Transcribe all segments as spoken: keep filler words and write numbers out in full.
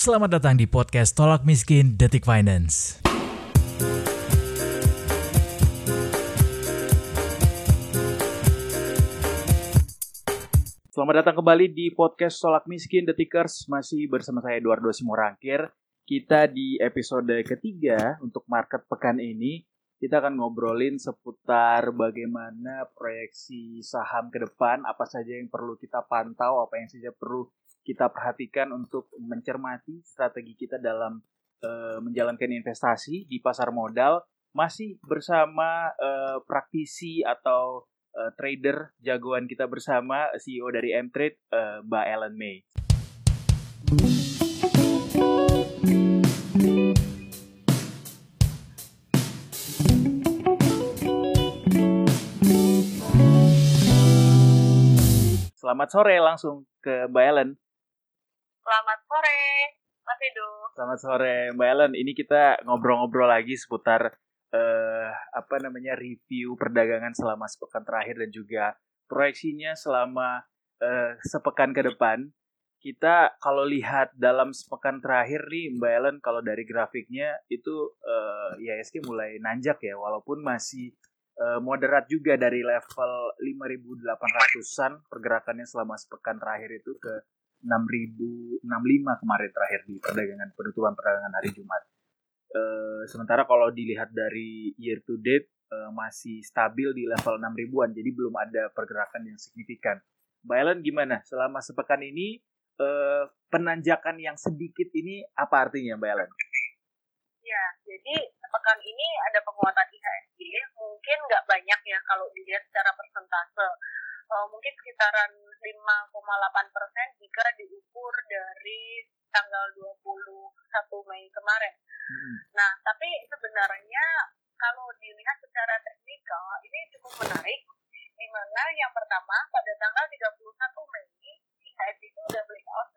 Selamat datang di podcast Tolak Miskin Detik Finance. Selamat datang kembali di podcast Tolak Miskin Detikers. Masih bersama saya Eduardo Simorangkir. Kita di episode ketiga untuk market pekan ini. Kita akan ngobrolin seputar bagaimana proyeksi saham ke depan, apa saja yang perlu kita pantau, apa yang saja perlu kita perhatikan untuk mencermati strategi kita dalam uh, menjalankan investasi di pasar modal. Masih bersama uh, praktisi atau uh, trader jagoan kita bersama, C E O dari M-Trade, uh, Mbak Ellen May. Selamat sore langsung ke Mbak Ellen. Selamat sore, Mas Edo. Selamat sore, Mbak Ellen. Ini kita ngobrol-ngobrol lagi seputar uh, apa namanya review perdagangan selama sepekan terakhir dan juga proyeksinya selama uh, sepekan ke depan. Kita kalau lihat dalam sepekan terakhir nih, Mbak Ellen, kalau dari grafiknya itu uh, I H S G mulai nanjak ya, walaupun masih uh, moderat juga dari level lima ribu delapan ratusan pergerakannya selama sepekan terakhir itu ke enam ribu enam puluh lima kemarin terakhir di perdagangan penutupan perdagangan hari Jumat. E, sementara kalau dilihat dari year to date e, masih stabil di level enam ribuan, jadi belum ada pergerakan yang signifikan. Mbak Ellen gimana? Selama sepekan ini e, penanjakan yang sedikit ini apa artinya, Mbak Ellen? Ya, jadi sepekan ini ada penguatan I H S G, mungkin nggak banyak ya kalau dilihat secara persentase. Uh, mungkin sekitaran lima koma delapan persen jika diukur dari tanggal dua puluh satu Mei kemarin. Hmm. Nah, tapi sebenarnya kalau dilihat secara teknikal ini cukup menarik, di mana yang pertama pada tanggal tiga puluh satu Mei I H S G itu udah breakout.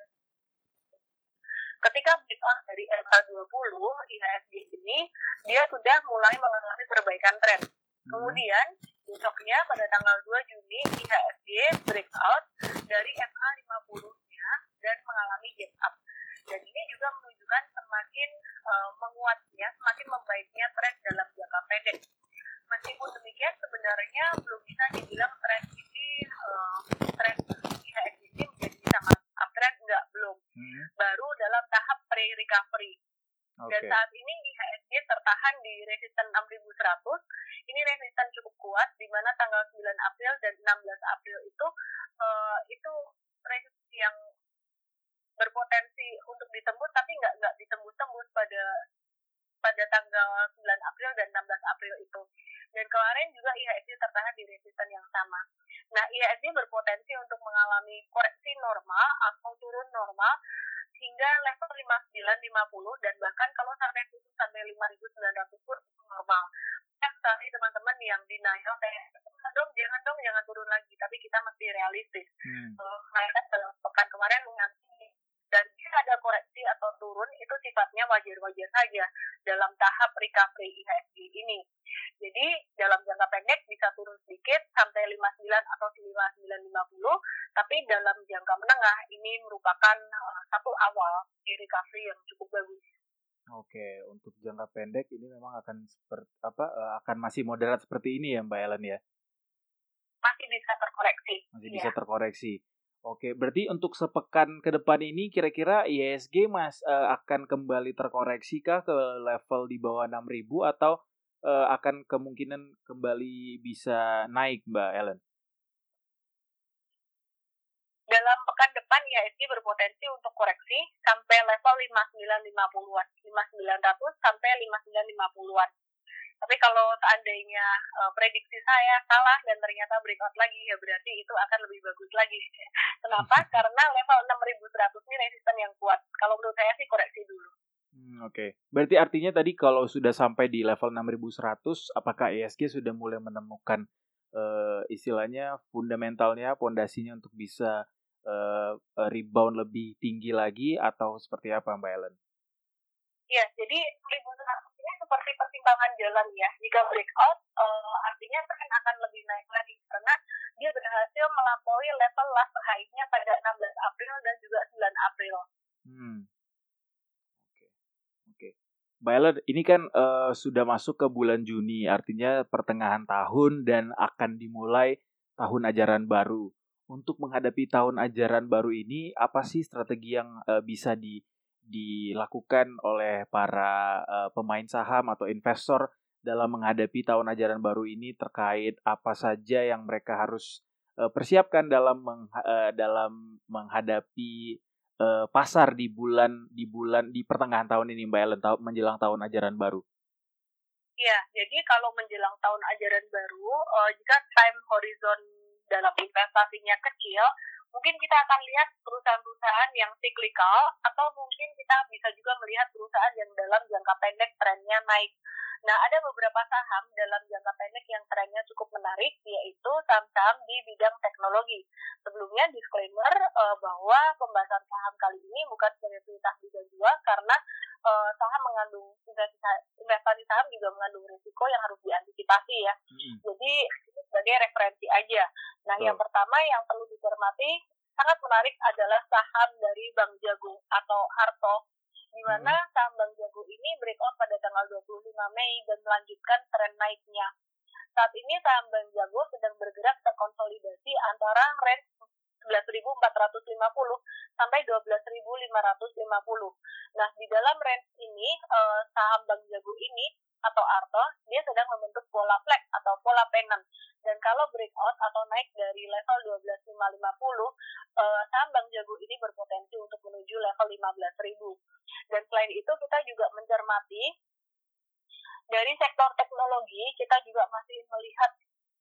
Ketika breakout dari L K dua puluh I H S G ini dia sudah mulai mengalami perbaikan tren. Kemudian besoknya pada tanggal dua Juni I H S G breakout dari M A lima puluh-nya dan mengalami gap up. Dan ini juga menunjukkan semakin uh, menguatnya, semakin membaiknya tren dalam jangka pendek. Meskipun demikian sebenarnya belum bisa dibilang tren ini uh, tren I H S G ini menjadi sangat uptrend, enggak, belum. Hmm. Baru dalam tahap pre-recovery. Okay. Dan saat ini I H S G tertahan di resisten enam ribu seratus. Ini resisten cukup kuat, di mana tanggal sembilan April dan enam belas April itu uh, itu resisten yang berpotensi untuk ditembus, tapi nggak nggak ditembus-tembus pada pada tanggal sembilan April dan enam belas April itu. Dan kemarin juga I H S G tertahan di resisten yang sama. Nah, I H S G berpotensi untuk mengalami koreksi normal atau turun normal hingga level lima puluh sembilan lima puluh, dan bahkan kalau sampai tutup sampai lima ribu sembilan ratus pun normal. Ya, tadi teman-teman yang denial kayak dong jangan dong jangan turun lagi, tapi kita mesti realistis. Hmm. Uh, mereka dalam pekan kemarin mengatakan, dan jika ada koreksi atau turun itu sifatnya wajar-wajar saja dalam tahap recovery I H S G ini. Jadi dalam jangka pendek bisa turun sedikit sampai lima puluh sembilan atau lima puluh sembilan lima puluh, tapi dalam jangka menengah ini merupakan uh, satu awal di recovery yang cukup bagus. Oke, untuk jangka pendek ini memang akan seperti apa uh, akan masih moderat seperti ini ya, Mbak Ellen ya? Masih bisa terkoreksi. Masih ya. bisa terkoreksi. Oke, berarti untuk sepekan ke depan ini kira-kira I H S G Mas uh, akan kembali terkoreksi kah ke level di bawah enam ribu atau uh, akan kemungkinan kembali bisa naik, Mbak Ellen? Dalam pekan depan I H S G berpotensi untuk koreksi sampai level lima puluh sembilan lima puluhan, lima puluh sembilan ratus sampai lima puluh sembilan lima puluhan. Tapi kalau seandainya uh, prediksi saya salah dan ternyata breakout lagi, ya berarti itu akan lebih bagus lagi. Kenapa? Karena level enam ribu seratus ini resisten yang kuat. Kalau menurut saya sih koreksi dulu. Hmm, Oke, okay. Berarti artinya tadi kalau sudah sampai di level enam ribu seratus, apakah I H S G sudah mulai menemukan uh, istilahnya fundamentalnya, pondasinya untuk bisa Uh, rebound lebih tinggi lagi atau seperti apa, Mbak Ellen? Ya, jadi enam ribu seratus ini seperti persimpangan jalan ya. Jika breakout, uh, artinya tren akan lebih naik lagi karena dia berhasil melampaui level last high-nya pada enam belas April dan juga sembilan April. Hmm. Oke. Mbak Ellen, ini kan uh, sudah masuk ke bulan Juni, artinya pertengahan tahun dan akan dimulai tahun ajaran baru. Untuk menghadapi tahun ajaran baru ini, apa sih strategi yang uh, bisa di, dilakukan oleh para uh, pemain saham atau investor dalam menghadapi tahun ajaran baru ini, terkait apa saja yang mereka harus uh, persiapkan dalam meng, uh, dalam menghadapi Uh, pasar di bulan di bulan di pertengahan tahun ini, Mbak Ellen, ta- menjelang tahun ajaran baru? Iya, jadi kalau menjelang tahun ajaran baru, uh, jika time horizon dalam investasinya kecil, mungkin kita akan lihat perusahaan-perusahaan yang cyclical, atau mungkin kita bisa juga melihat perusahaan yang dalam jangka pendek trennya naik. Nah, ada beberapa saham dalam jangka pendek yang trennya cukup menarik, yaitu saham-saham di bidang teknologi. Sebelumnya, disclaimer uh, bahwa pembahasan saham kali ini bukan sebagai perintah beli dua, karena uh, saham mengandung, investasi saham juga mengandung risiko yang harus diantisipasi ya. Hmm. Jadi, ini sebagai referensi aja. Nah, oh. yang pertama yang perlu dicermati, sangat menarik adalah saham dari Bank Jago atau Arto, di mana hmm. saham Bank Jago ini breakout pada tanggal dua puluh lima Mei dan melanjutkan tren naiknya. Saat ini saham Bank Jago sedang bergerak terkonsolidasi antara range sebelas ribu empat ratus lima puluh sampai dua belas ribu lima ratus lima puluh. Nah, di dalam range ini eh, saham Bank Jago ini atau Arto, dia sedang membentuk pola flag atau pola pennant. Dan kalau breakout atau naik dari level dua belas ribu lima ratus lima puluh, eh, saham Bank Jago ini berpotensi untuk menuju level lima belas ribu. Dan selain itu kita juga mencermati dari sektor teknologi, kita juga masih melihat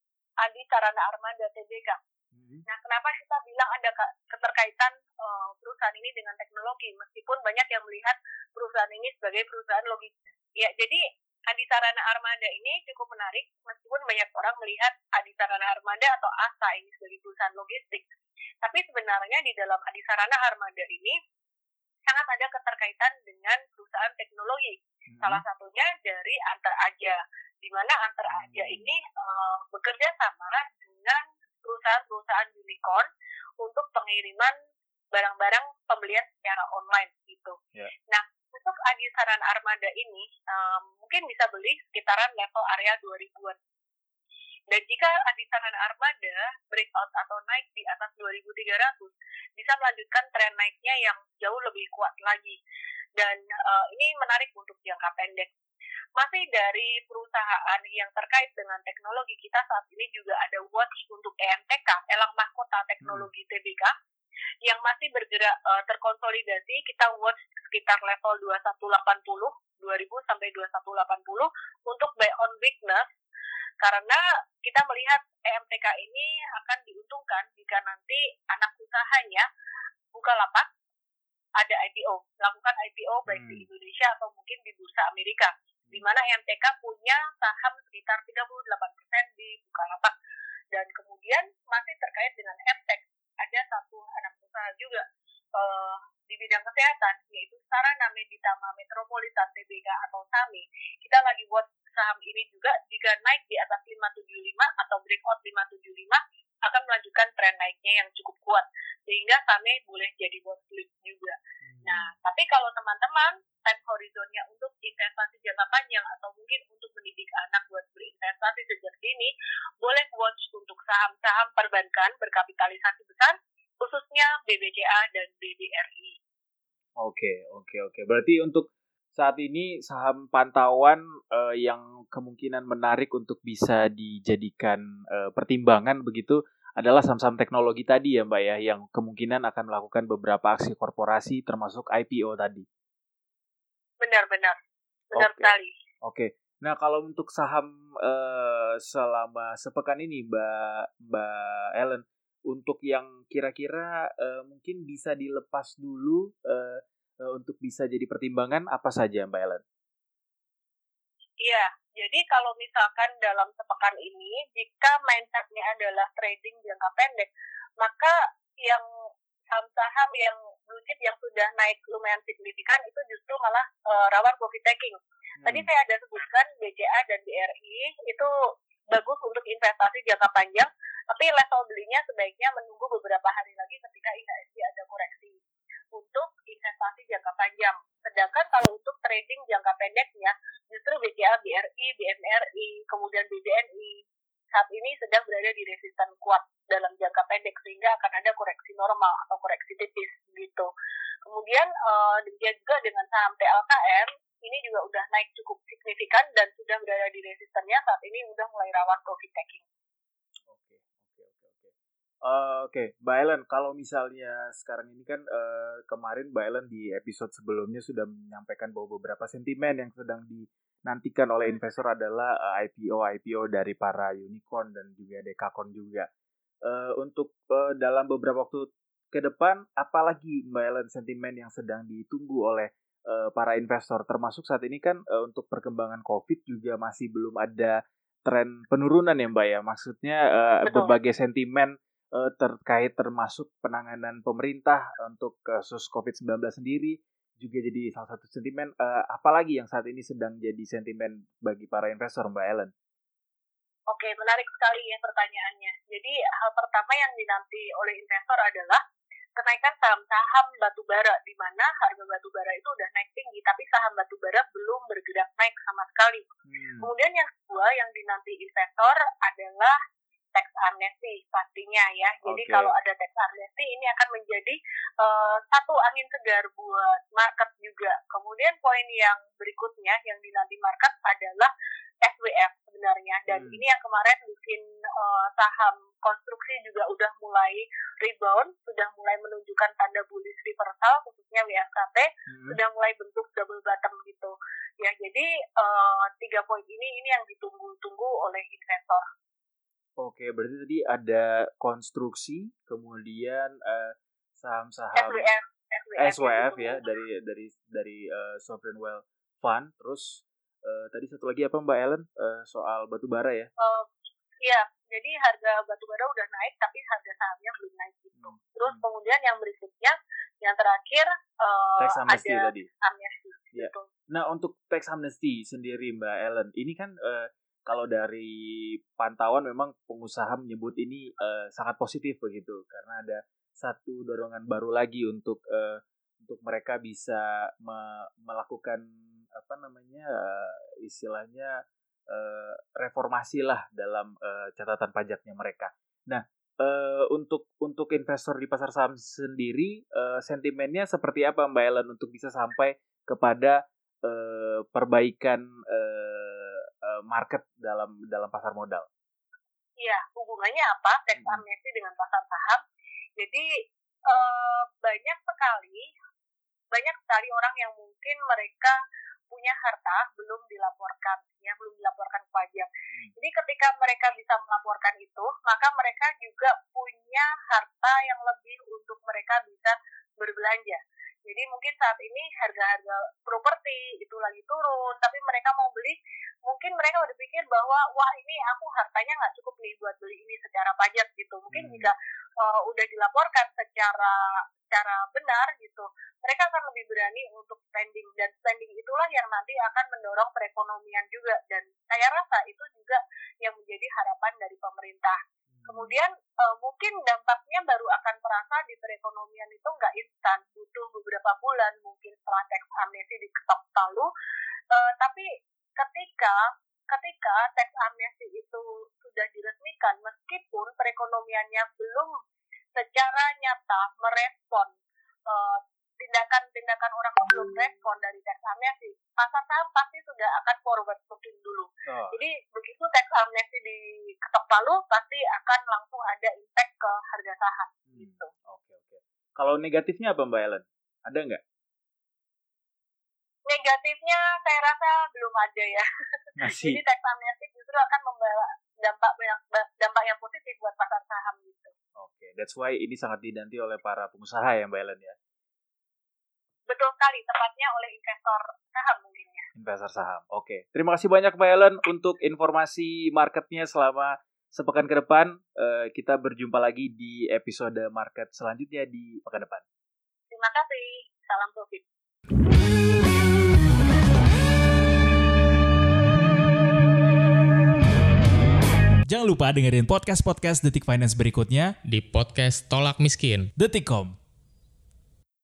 Adi Sarana Armada T B K. Mm-hmm. Nah, kenapa kita bilang ada keterkaitan uh, perusahaan ini dengan teknologi, meskipun banyak yang melihat perusahaan ini sebagai perusahaan logistik. Ya, jadi Adi Sarana Armada ini cukup menarik, meskipun banyak orang melihat Adi Sarana Armada atau A S A ini sebagai perusahaan logistik. Tapi sebenarnya di dalam Adi Sarana Armada ini sangat ada keterkaitan dengan perusahaan teknologi. Hmm. Salah satunya dari Antar Aja, di mana Antar Aja ini uh, bekerja sama dengan perusahaan-perusahaan unicorn untuk pengiriman barang-barang pembelian secara online gitu. Yeah. Nah, untuk Adi Sarana Armada ini um, mungkin bisa beli sekitaran level area dua ribuan. Dan jika Adi Sarana Armada breakout atau naik di atas dua ribu tiga ratus, bisa melanjutkan tren naiknya yang jauh lebih kuat lagi. Dan uh, ini menarik untuk jangka pendek. Masih dari perusahaan yang terkait dengan teknologi, kita saat ini juga ada watch untuk E M T K, Elang Mahkota Teknologi hmm. T B K, yang masih bergerak uh, terkonsolidasi. Kita watch sekitar level dua ribu seratus delapan puluh, dua ribu sampai dua ribu seratus delapan puluh untuk buy on weakness, karena kita melihat E M T K ini akan diuntungkan jika nanti anak usahanya Bukalapak ada I P O, lakukan I P O baik hmm. di Indonesia atau mungkin di bursa Amerika, di mana E M T K punya saham sekitar tiga puluh delapan persen di Bukalapak. Dan kemudian masih terkait dengan Emtek, ada satu anak usaha juga uh, di bidang kesehatan, yaitu Sarana Meditama Metropolitan T B K atau S A M I. Kita lagi buat saham ini juga, jika naik di atas lima tujuh lima atau breakout lima tujuh lima, akan melanjutkan tren naiknya yang cukup kuat, sehingga S A M I boleh jadi watch list juga. Hmm. Nah, tapi kalau teman-teman time horizonnya untuk investasi jangka panjang atau mungkin untuk mendidik anak buat berinvestasi sejak dini, boleh watch untuk saham-saham perbankan berkapitalisasi besar, khususnya B B C A dan B B R I. Oke, oke, oke. Berarti untuk saat ini saham pantauan uh, yang kemungkinan menarik untuk bisa dijadikan uh, pertimbangan begitu adalah saham-saham teknologi tadi ya Mbak ya, yang kemungkinan akan melakukan beberapa aksi korporasi termasuk I P O tadi. Benar-benar, benar okay. sekali. Oke, okay. Nah kalau untuk saham uh, selama sepekan ini Mbak Mbak Ellen, untuk yang kira-kira uh, mungkin bisa dilepas dulu uh, uh, untuk bisa jadi pertimbangan apa saja Mbak Ellen? Iya, jadi kalau misalkan dalam sepekan ini, jika mindsetnya adalah trading jangka pendek, maka yang saham-saham yang blue chip yang sudah naik lumayan signifikan itu justru malah uh, rawan profit taking. Hmm. Tadi saya ada sebutkan B C A dan B R I itu bagus untuk investasi jangka panjang, tapi level belinya sebaiknya menunggu beberapa hari lagi ketika I H S G ada koreksi untuk investasi jangka panjang. Sedangkan kalau untuk trading jangka pendeknya, justru B C A, B R I, B M R I, kemudian B B N I saat ini sedang berada di resisten kuat dalam jangka pendek, sehingga akan ada koreksi normal atau koreksi tipis gitu. Kemudian uh, demikian juga dengan saham T L K M, ini juga udah naik cukup signifikan dan sudah berada di resistennya, saat ini udah mulai rawan profit taking. Oke, oke, oke, oke. Uh, Oke, okay. Mbak Ellen, kalau misalnya sekarang ini kan uh, kemarin Mbak Ellen di episode sebelumnya sudah menyampaikan bahwa beberapa sentimen yang sedang dinantikan oleh investor adalah uh, I P O I P O dari para unicorn dan juga dekakorn juga. Uh, untuk uh, dalam beberapa waktu ke depan, apalagi Mbak Ellen sentimen yang sedang ditunggu oleh uh, para investor, termasuk saat ini kan uh, untuk perkembangan COVID juga masih belum ada tren penurunan ya Mbak ya, maksudnya uh, berbagai sentimen uh, terkait termasuk penanganan pemerintah untuk kasus covid sembilan belas sendiri juga jadi salah satu sentimen, uh, apalagi yang saat ini sedang jadi sentimen bagi para investor Mbak Ellen? Oke, menarik sekali ya pertanyaannya. Jadi hal pertama yang dinanti oleh investor adalah kenaikan saham-saham batubara, di mana harga batubara itu udah naik tinggi, tapi saham batubara belum bergerak naik sama sekali. Hmm. Kemudian yang kedua yang dinanti investor adalah tax amnesty pastinya ya. Jadi okay. Kalau ada tax amnesty ini akan menjadi uh, satu angin segar buat market juga. Kemudian poin yang berikutnya yang dinanti market adalah S W F sebenarnya, dan hmm. ini yang kemarin bikin uh, saham konstruksi juga udah mulai rebound, sudah mulai menunjukkan tanda bullish reversal, khususnya W S K T hmm. sudah mulai bentuk double bottom gitu ya. Jadi uh, tiga poin ini ini yang ditunggu-tunggu oleh investor. Oke, berarti tadi ada konstruksi, kemudian uh, saham-saham S W F, S W F ya, dari dari dari uh, sovereign wealth fund, terus Uh, tadi satu lagi apa Mbak Ellen, uh, soal batubara ya? Uh, iya, jadi harga batubara udah naik tapi harga sahamnya belum naik gitu. Hmm. Terus hmm. kemudian yang berikutnya, yang terakhir uh, tax amnesty ada tadi. amnesty. Ya. Gitu. Nah untuk tax amnesty sendiri Mbak Ellen, ini kan uh, kalau dari pantauan memang pengusaha menyebut ini uh, sangat positif begitu, karena ada satu dorongan baru lagi untuk uh, untuk mereka bisa me- melakukan apa namanya uh, istilahnya uh, reformasi lah dalam uh, catatan pajaknya mereka. Nah uh, untuk untuk investor di pasar saham sendiri uh, sentimennya seperti apa Mbak Ellen untuk bisa sampai kepada uh, perbaikan uh, uh, market dalam dalam pasar modal? Iya, hubungannya apa tax amnesty dengan pasar saham? Jadi uh, banyak sekali banyak sekali orang yang mungkin mereka punya harta belum dilaporkan, ya belum dilaporkan pajak. Hmm. Jadi ketika mereka bisa melaporkan itu, maka mereka juga punya harta yang lebih untuk mereka bisa berbelanja. Jadi mungkin saat ini harga-harga properti itu lagi turun, tapi mereka mau beli, mungkin mereka udah pikir bahwa wah ini aku hartanya nggak cukup nih buat beli ini secara pajak gitu. Mungkin hmm. jika uh, udah dilaporkan secara secara benar gitu, mereka akan lebih berani untuk spending, dan spending itulah yang nanti akan mendorong perekonomian juga, dan saya rasa itu juga yang menjadi harapan dari pemerintah. Kemudian uh, mungkin dampaknya baru akan terasa di perekonomian itu nggak instan, butuh beberapa bulan mungkin setelah tax amnesty diketok palu. Uh, tapi ketika ketika tax amnesty itu sudah diresmikan, meskipun perekonomiannya belum secara nyata merespon uh, tindakan-tindakan orang yang belum respon dari tax amnesty, pasar saham pasti sudah akan forward looking dulu. Oh. Jadi begitu tax amnesty diketok palu, pasti akan langsung ada impact ke harga saham. Hmm. Gitu. Oke oke. Kalau negatifnya apa Mbak Ellen? Ada nggak? Negatifnya saya rasa belum ada ya. Jadi tax amnesty justru akan membawa dampak yang dampak yang positif buat pasar saham gitu. Oke, that's why ini sangat dinanti oleh para pengusaha ya Mbak Ellen ya. Betul sekali, tepatnya oleh investor saham mungkinnya. Investor saham, oke. Terima kasih banyak Mbak Ellen untuk informasi marketnya selama sepekan ke depan. Uh, kita berjumpa lagi di episode market selanjutnya di pekan depan. Terima kasih, salam profit. Jangan lupa dengerin podcast-podcast Detik Finance berikutnya di podcast Tolak Miskin. Detik titik com.